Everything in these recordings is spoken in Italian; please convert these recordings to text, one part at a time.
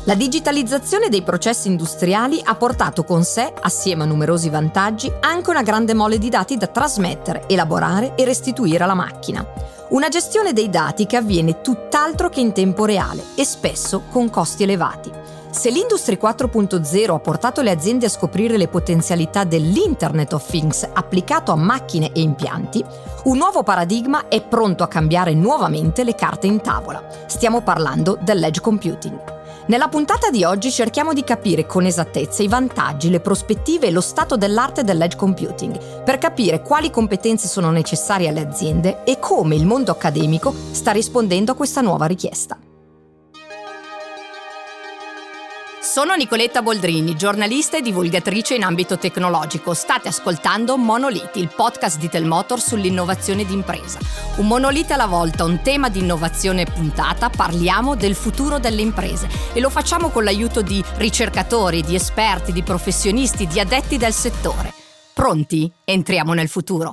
La digitalizzazione dei processi industriali ha portato con sé, assieme a numerosi vantaggi, anche una grande mole di dati da trasmettere, elaborare e restituire alla macchina. Una gestione dei dati che avviene tutt'altro che in tempo reale e spesso con costi elevati. Se l'Industry 4.0 ha portato le aziende a scoprire le potenzialità dell'Internet of Things applicato a macchine e impianti, un nuovo paradigma è pronto a cambiare nuovamente le carte in tavola. Stiamo parlando dell'edge computing. Nella puntata di oggi cerchiamo di capire con esattezza i vantaggi, le prospettive e lo stato dell'arte dell'edge computing, per capire quali competenze sono necessarie alle aziende e come il mondo accademico sta rispondendo a questa nuova richiesta. Sono Nicoletta Boldrini, giornalista e divulgatrice in ambito tecnologico. State ascoltando Monoliti, il podcast di Telmotor sull'innovazione d'impresa. Un monolite alla volta, un tema di innovazione puntata, parliamo del futuro delle imprese e lo facciamo con l'aiuto di ricercatori, di esperti, di professionisti, di addetti del settore. Pronti? Entriamo nel futuro.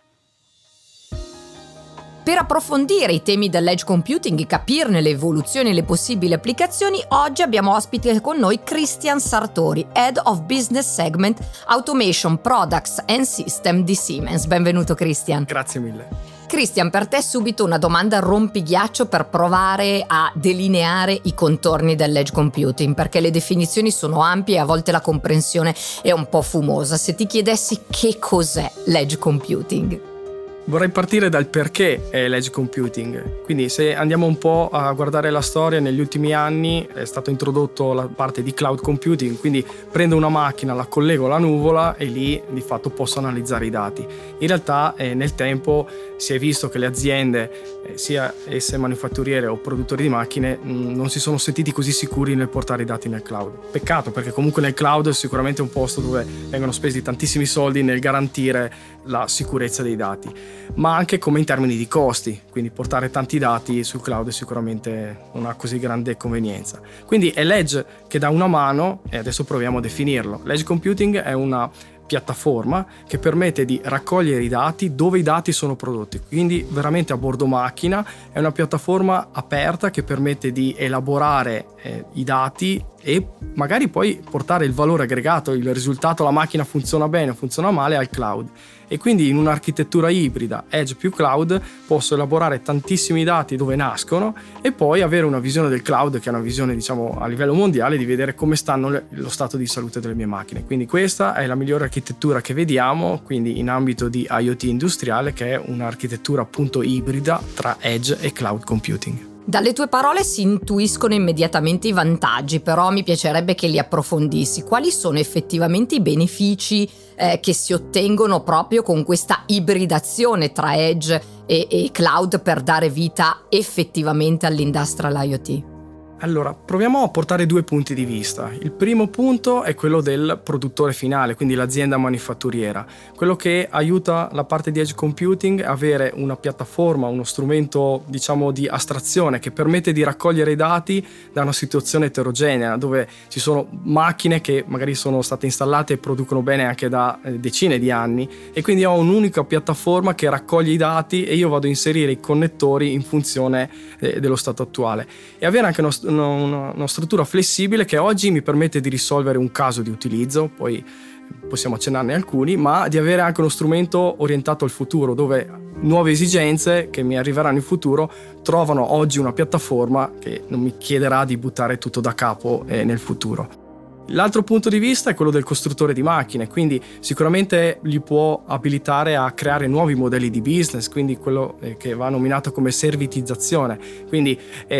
Per approfondire i temi dell'edge computing e capirne le evoluzioni e le possibili applicazioni, oggi abbiamo ospite con noi Christian Sartori, Head of Business Segment Automation Products and System di Siemens. Benvenuto Christian. Grazie mille. Christian, per te subito una domanda rompighiaccio per provare a delineare i contorni dell'edge computing, perché le definizioni sono ampie e a volte la comprensione è un po' fumosa. Se ti chiedessi che cos'è l'edge computing? Vorrei partire dal perché è l'edge computing. Quindi se andiamo un po' a guardare la storia, negli ultimi anni è stato introdotto la parte di cloud computing, quindi prendo una macchina, la collego alla nuvola e lì di fatto posso analizzare i dati. In realtà nel tempo si è visto che le aziende, sia esse manifatturiere o produttori di macchine, non si sono sentiti così sicuri nel portare i dati nel cloud. Peccato, perché comunque nel cloud è sicuramente un posto dove vengono spesi tantissimi soldi nel garantire la sicurezza dei dati, ma anche come in termini di costi, quindi portare tanti dati sul cloud sicuramente non ha così grande convenienza. Quindi è l'edge che dà una mano e adesso proviamo a definirlo. L'edge computing è una piattaforma che permette di raccogliere i dati dove i dati sono prodotti, quindi veramente a bordo macchina. È una piattaforma aperta che permette di elaborare i dati e magari poi portare il valore aggregato, il risultato, la macchina funziona bene o funziona male, al cloud. E quindi in un'architettura ibrida edge più cloud posso elaborare tantissimi dati dove nascono e poi avere una visione del cloud, che è una visione diciamo a livello mondiale, di vedere come stanno lo stato di salute delle mie macchine. Quindi questa è la migliore architettura che vediamo, quindi in ambito di IoT industriale, che è un'architettura appunto ibrida tra edge e cloud computing. Dalle tue parole si intuiscono immediatamente i vantaggi, però mi piacerebbe che li approfondissi. Quali sono effettivamente i benefici che si ottengono proprio con questa ibridazione tra edge e cloud per dare vita effettivamente all'industrial IoT? Allora, proviamo a portare due punti di vista. Il primo punto è quello del produttore finale, quindi l'azienda manifatturiera. Quello che aiuta la parte di edge computing è avere una piattaforma, uno strumento diciamo di astrazione che permette di raccogliere i dati da una situazione eterogenea, dove ci sono macchine che magari sono state installate e producono bene anche da decine di anni, e quindi ho un'unica piattaforma che raccoglie i dati e io vado a inserire i connettori in funzione dello stato attuale, e avere anche una struttura flessibile che oggi mi permette di risolvere un caso di utilizzo, poi possiamo accennarne alcuni, ma di avere anche uno strumento orientato al futuro, dove nuove esigenze che mi arriveranno in futuro trovano oggi una piattaforma che non mi chiederà di buttare tutto da capo nel futuro. L'altro punto di vista è quello del costruttore di macchine, quindi sicuramente gli può abilitare a creare nuovi modelli di business, quindi quello che va nominato come servitizzazione, quindi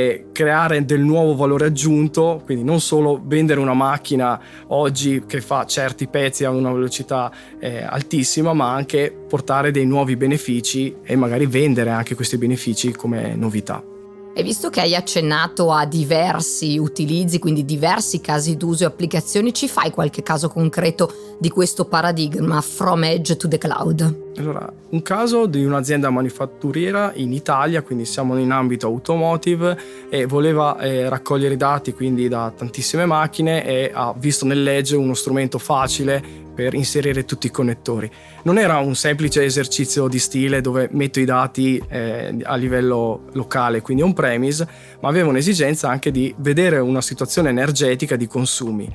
creare del nuovo valore aggiunto, quindi non solo vendere una macchina oggi che fa certi pezzi a una velocità altissima, ma anche portare dei nuovi benefici e magari vendere anche questi benefici come novità. E visto che hai accennato a diversi utilizzi, quindi diversi casi d'uso e applicazioni, ci fai qualche caso concreto di questo paradigma from edge to the cloud? Allora, un caso di un'azienda manifatturiera in Italia, quindi siamo in ambito automotive, e voleva raccogliere i dati quindi da tantissime macchine, e ha visto nell'edge uno strumento facile per inserire tutti i connettori. Non era un semplice esercizio di stile dove metto i dati a livello locale, quindi on-premise, ma aveva un'esigenza anche di vedere una situazione energetica di consumi.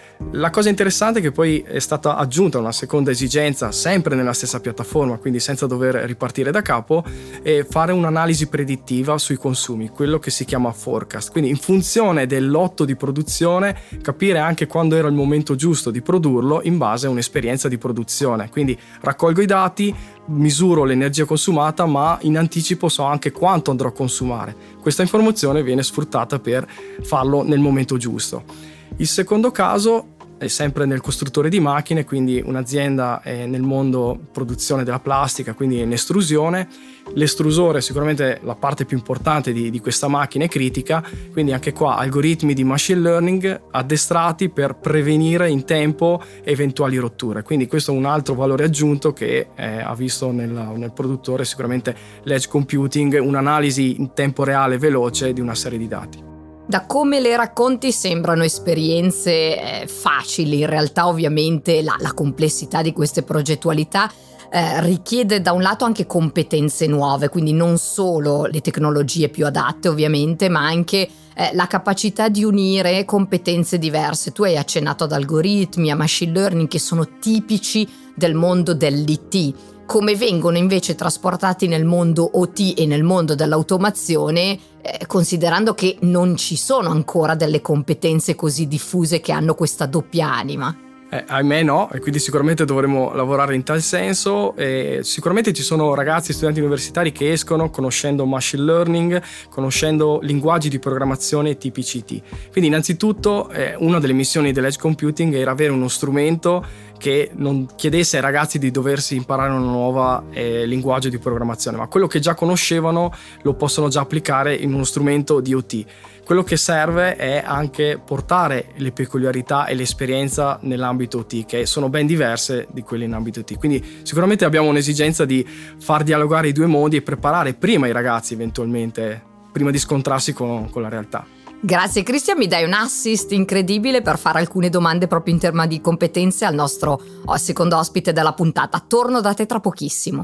La cosa interessante è che poi è stata aggiunta una seconda esigenza, sempre nella stessa piattaforma, quindi senza dover ripartire da capo, e fare un'analisi predittiva sui consumi, quello che si chiama forecast. Quindi in funzione del lotto di produzione capire anche quando era il momento giusto di produrlo in base a un'esperienza di produzione. Quindi raccolgo i dati, misuro l'energia consumata, ma in anticipo so anche quanto andrò a consumare. Questa informazione viene sfruttata per farlo nel momento giusto. Il secondo caso è sempre nel costruttore di macchine, quindi un'azienda è nel mondo produzione della plastica, quindi in estrusione. L'estrusore è sicuramente la parte più importante di questa macchina, è critica, quindi anche qua algoritmi di machine learning addestrati per prevenire in tempo eventuali rotture. Quindi questo è un altro valore aggiunto che ha visto nel produttore sicuramente l'edge computing, un'analisi in tempo reale veloce di una serie di dati. Da come le racconti sembrano esperienze facili, in realtà ovviamente la complessità di queste progettualità richiede da un lato anche competenze nuove, quindi non solo le tecnologie più adatte ovviamente, ma anche la capacità di unire competenze diverse. Tu hai accennato ad algoritmi, a machine learning che sono tipici del mondo dell'IT. Come vengono invece trasportati nel mondo OT e nel mondo dell'automazione, considerando che non ci sono ancora delle competenze così diffuse che hanno questa doppia anima? Ahimè no, e quindi sicuramente dovremo lavorare in tal senso. Sicuramente ci sono ragazzi, studenti universitari che escono conoscendo machine learning, conoscendo linguaggi di programmazione tipici IT. Quindi innanzitutto una delle missioni dell'edge computing era avere uno strumento che non chiedesse ai ragazzi di doversi imparare una nuova linguaggio di programmazione, ma quello che già conoscevano lo possono già applicare in uno strumento di OT. Quello che serve è anche portare le peculiarità e l'esperienza nell'ambito OT, che sono ben diverse di quelle in ambito OT. Quindi sicuramente abbiamo un'esigenza di far dialogare i due modi e preparare prima i ragazzi eventualmente, prima di scontrarsi con la realtà. Grazie Cristian, mi dai un assist incredibile per fare alcune domande proprio in tema di competenze al nostro secondo ospite della puntata. Torno da te tra pochissimo.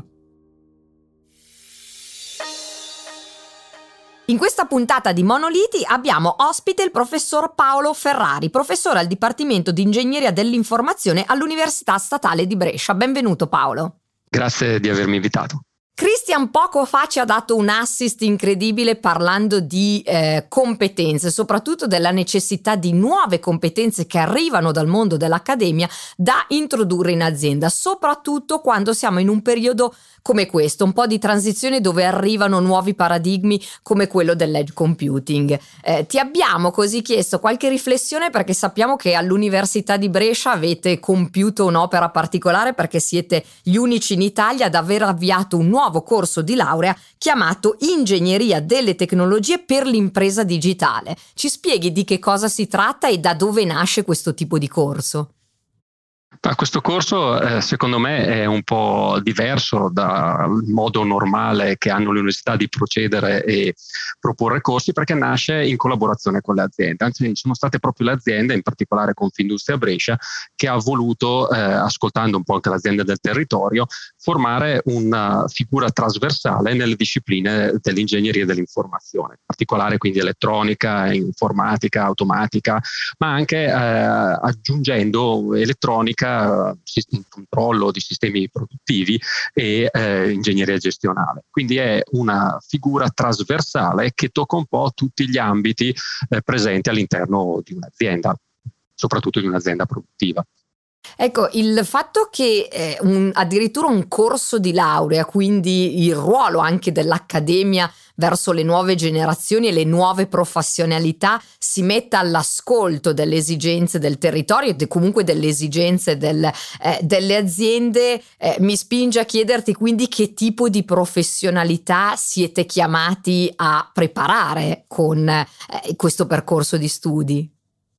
In questa puntata di Monoliti abbiamo ospite il professor Paolo Ferrari, professore al Dipartimento di Ingegneria dell'Informazione all'Università Statale di Brescia. Benvenuto Paolo. Grazie di avermi invitato. Cristian poco fa ci ha dato un assist incredibile parlando di competenze, soprattutto della necessità di nuove competenze che arrivano dal mondo dell'accademia da introdurre in azienda, soprattutto quando siamo in un periodo come questo, un po' di transizione dove arrivano nuovi paradigmi come quello dell'edge computing. Ti abbiamo così chiesto qualche riflessione perché sappiamo che all'Università di Brescia avete compiuto un'opera particolare perché siete gli unici in Italia ad aver avviato un nuovo corso di laurea chiamato Ingegneria delle tecnologie per l'impresa digitale. Ci spieghi di che cosa si tratta e da dove nasce questo tipo di corso? Questo corso secondo me è un po' diverso dal modo normale che hanno le università di procedere e proporre corsi, perché nasce in collaborazione con le aziende. Anzi, sono state proprio le aziende, in particolare Confindustria Brescia, che ha voluto, ascoltando un po' anche l'azienda del territorio, formare una figura trasversale nelle discipline dell'ingegneria dell'informazione, in particolare quindi elettronica, informatica, automatica, ma anche aggiungendo elettronica, controllo di sistemi produttivi e ingegneria gestionale. Quindi è una figura trasversale che tocca un po' tutti gli ambiti presenti all'interno di un'azienda, soprattutto di un'azienda produttiva. Ecco, il fatto che addirittura un corso di laurea, quindi il ruolo anche dell'accademia verso le nuove generazioni e le nuove professionalità si metta all'ascolto delle esigenze del territorio e comunque delle esigenze delle aziende, mi spinge a chiederti quindi che tipo di professionalità siete chiamati a preparare con questo percorso di studi.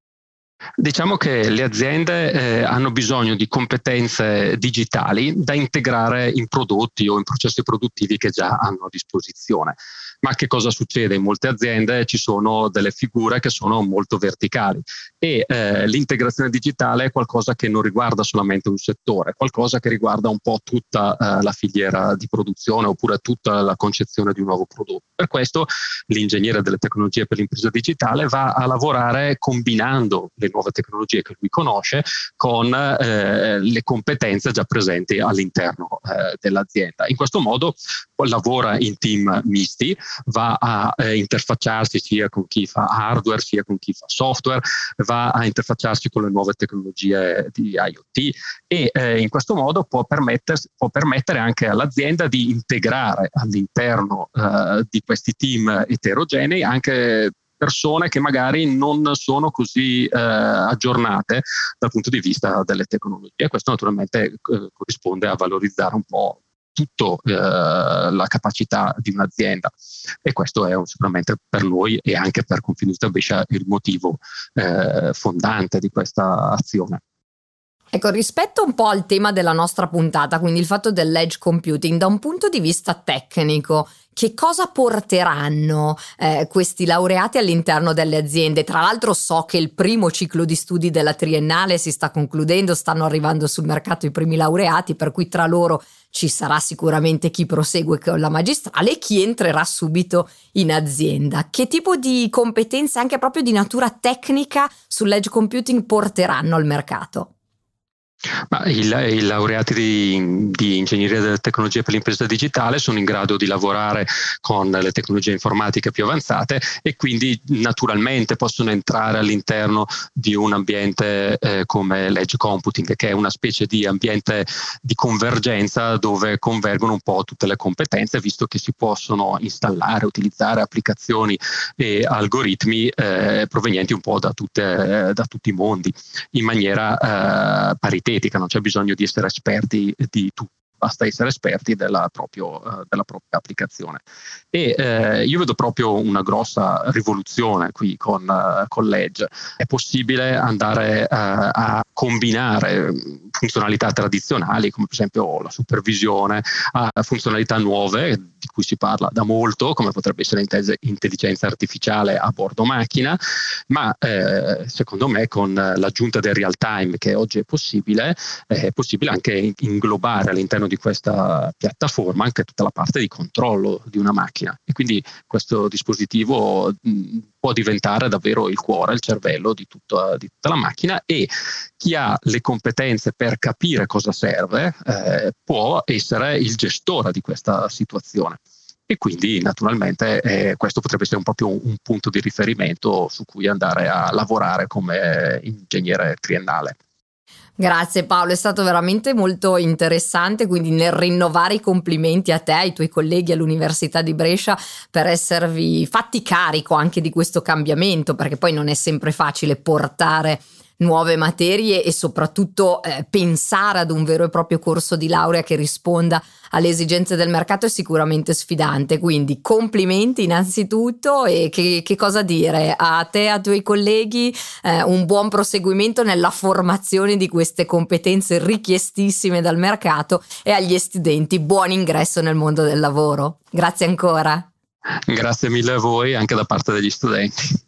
Diciamo che le aziende hanno bisogno di competenze digitali da integrare in prodotti o in processi produttivi che già hanno a disposizione. Ma che cosa succede? In molte aziende ci sono delle figure che sono molto verticali e l'integrazione digitale è qualcosa che non riguarda solamente un settore, è qualcosa che riguarda un po' tutta la filiera di produzione oppure tutta la concezione di un nuovo prodotto. Per questo l'ingegnere delle tecnologie per l'impresa digitale va a lavorare combinando le nuove tecnologie che lui conosce con le competenze già presenti all'interno dell'azienda. In questo modo lavora in team misti, va a interfacciarsi sia con chi fa hardware sia con chi fa software, va a interfacciarsi con le nuove tecnologie di IoT e in questo modo può permettere anche all'azienda di integrare all'interno di questi team eterogenei anche persone che magari non sono così aggiornate dal punto di vista delle tecnologie. Questo naturalmente corrisponde a valorizzare un po' tutto la capacità di un'azienda e questo è sicuramente per noi e anche per Confindustria Brescia il motivo fondante di questa azione. Ecco, rispetto un po' al tema della nostra puntata, quindi il fatto dell'edge computing, da un punto di vista tecnico, che cosa porteranno questi laureati all'interno delle aziende? Tra l'altro so che il primo ciclo di studi della triennale si sta concludendo, stanno arrivando sul mercato i primi laureati, per cui tra loro ci sarà sicuramente chi prosegue con la magistrale e chi entrerà subito in azienda. Che tipo di competenze anche proprio di natura tecnica sull'edge computing porteranno al mercato? Ma i laureati di ingegneria delle tecnologie per l'impresa digitale sono in grado di lavorare con le tecnologie informatiche più avanzate e quindi naturalmente possono entrare all'interno di un ambiente come l'edge computing, che è una specie di ambiente di convergenza dove convergono un po' tutte le competenze, visto che si possono installare, utilizzare applicazioni e algoritmi provenienti un po' da tutti i mondi in maniera paritetica. Non c'è bisogno di essere esperti di tutto, basta essere esperti della propria applicazione. E io vedo proprio una grossa rivoluzione qui con l'Edge. È possibile andare a combinare funzionalità tradizionali, come per esempio la supervisione, a funzionalità nuove, di cui si parla da molto, come potrebbe essere intelligenza artificiale a bordo macchina, ma secondo me con l'aggiunta del real time che oggi è possibile anche inglobare all'interno di questa piattaforma anche tutta la parte di controllo di una macchina e quindi questo dispositivo può diventare davvero il cuore, il cervello di tutta la macchina e chi ha le competenze per capire cosa serve può essere il gestore di questa situazione. E quindi naturalmente questo potrebbe essere proprio un punto di riferimento su cui andare a lavorare come ingegnere triennale. Grazie Paolo, è stato veramente molto interessante, quindi nel rinnovare i complimenti a te, ai tuoi colleghi all'Università di Brescia per esservi fatti carico anche di questo cambiamento, perché poi non è sempre facile portare nuove materie e soprattutto pensare ad un vero e proprio corso di laurea che risponda alle esigenze del mercato è sicuramente sfidante, quindi complimenti innanzitutto e che cosa dire a te e ai tuoi colleghi, un buon proseguimento nella formazione di queste competenze richiestissime dal mercato e agli studenti buon ingresso nel mondo del lavoro. Grazie ancora. Grazie mille a voi anche da parte degli studenti.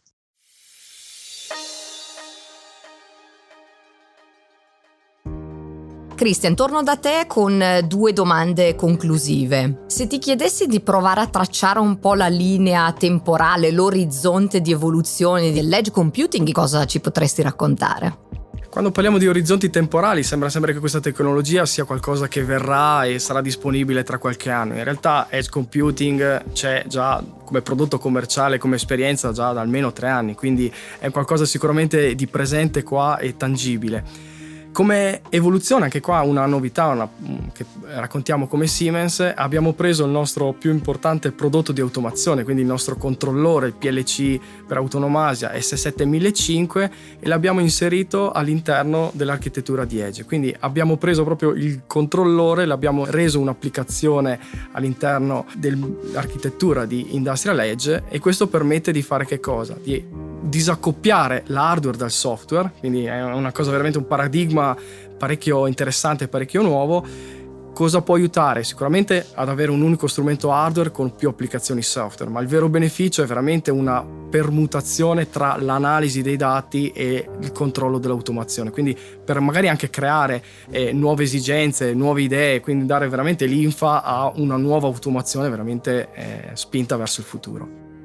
Christian, torno da te con 2 domande conclusive. Se ti chiedessi di provare a tracciare un po' la linea temporale, l'orizzonte di evoluzione dell'edge computing, cosa ci potresti raccontare? Quando parliamo di orizzonti temporali sembra sempre che questa tecnologia sia qualcosa che verrà e sarà disponibile tra qualche anno. In realtà edge computing c'è già come prodotto commerciale, come esperienza già da almeno 3 anni, quindi è qualcosa sicuramente di presente qua e tangibile. Come evoluzione, anche qua una novità che raccontiamo come Siemens, abbiamo preso il nostro più importante prodotto di automazione, quindi il nostro controllore, il PLC per autonomasia S7 e l'abbiamo inserito all'interno dell'architettura di Edge. Quindi abbiamo preso proprio il controllore, l'abbiamo reso un'applicazione all'interno dell'architettura di Industrial Edge e questo permette di fare che cosa? Di disaccoppiare l'hardware dal software, quindi è una cosa veramente un paradigma parecchio interessante, parecchio nuovo, cosa può aiutare? Sicuramente ad avere un unico strumento hardware con più applicazioni software, ma il vero beneficio è veramente una permutazione tra l'analisi dei dati e il controllo dell'automazione, quindi per magari anche creare nuove esigenze, nuove idee, quindi dare veramente linfa a una nuova automazione veramente spinta verso il futuro.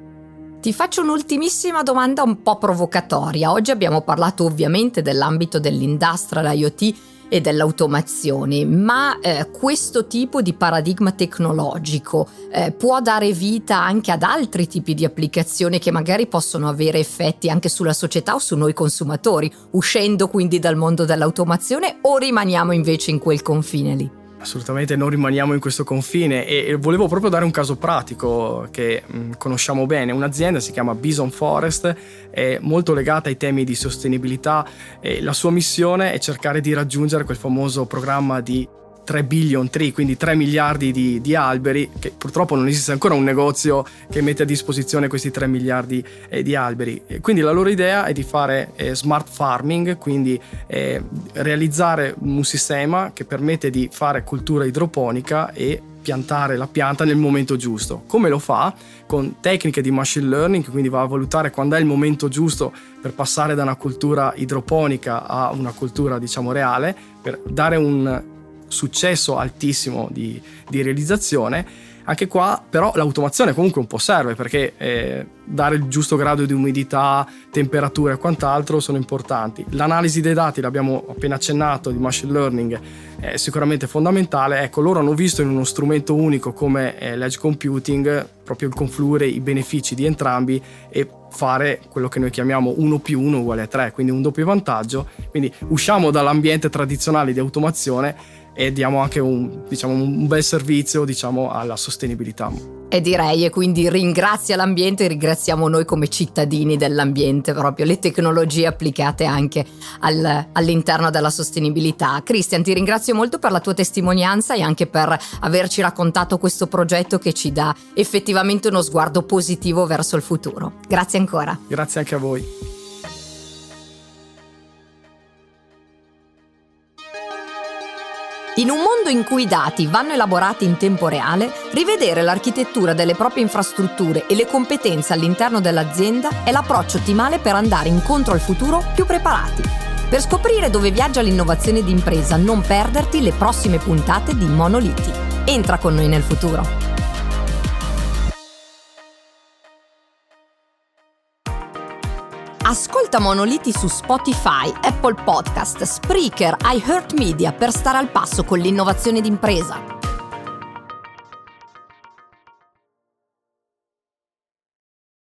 Ti faccio un'ultimissima domanda un po' provocatoria. Oggi abbiamo parlato ovviamente dell'ambito dell'industrial IoT e dell'automazione, ma questo tipo di paradigma tecnologico può dare vita anche ad altri tipi di applicazioni che magari possono avere effetti anche sulla società o su noi consumatori, uscendo quindi dal mondo dell'automazione, o rimaniamo invece in quel confine lì? Assolutamente non rimaniamo in questo confine, e volevo proprio dare un caso pratico che conosciamo bene. Un'azienda si chiama Bison Forest, è molto legata ai temi di sostenibilità e la sua missione è cercare di raggiungere quel famoso programma di 3 billion tree, quindi 3 miliardi di alberi, che purtroppo non esiste ancora un negozio che mette a disposizione questi 3 miliardi di alberi. E quindi la loro idea è di fare smart farming, quindi realizzare un sistema che permette di fare cultura idroponica e piantare la pianta nel momento giusto. Come lo fa? Con tecniche di machine learning, quindi va a valutare quando è il momento giusto per passare da una cultura idroponica a una cultura, diciamo, reale, per dare un successo altissimo di realizzazione. Anche qua però l'automazione comunque un po' serve, perché dare il giusto grado di umidità, temperatura e quant'altro sono importanti. L'analisi dei dati, l'abbiamo appena accennato, di machine learning è sicuramente fondamentale. Ecco, loro hanno visto in uno strumento unico come l'edge computing proprio il confluire i benefici di entrambi e fare quello che noi chiamiamo 1+1 uguale a 3, quindi un doppio vantaggio. Quindi usciamo dall'ambiente tradizionale di automazione e diamo anche un bel servizio, diciamo, alla sostenibilità. E direi, e quindi ringrazia l'ambiente e ringraziamo noi come cittadini dell'ambiente, proprio le tecnologie applicate anche all'interno della sostenibilità. Christian, ti ringrazio molto per la tua testimonianza e anche per averci raccontato questo progetto che ci dà effettivamente uno sguardo positivo verso il futuro. Grazie ancora. Grazie anche a voi. In un mondo in cui i dati vanno elaborati in tempo reale, rivedere l'architettura delle proprie infrastrutture e le competenze all'interno dell'azienda è l'approccio ottimale per andare incontro al futuro più preparati. Per scoprire dove viaggia l'innovazione d'impresa, non perderti le prossime puntate di Monoliti. Entra con noi nel futuro. Ascolta Monoliti su Spotify, Apple Podcast, Spreaker, iHeartMedia per stare al passo con l'innovazione d'impresa.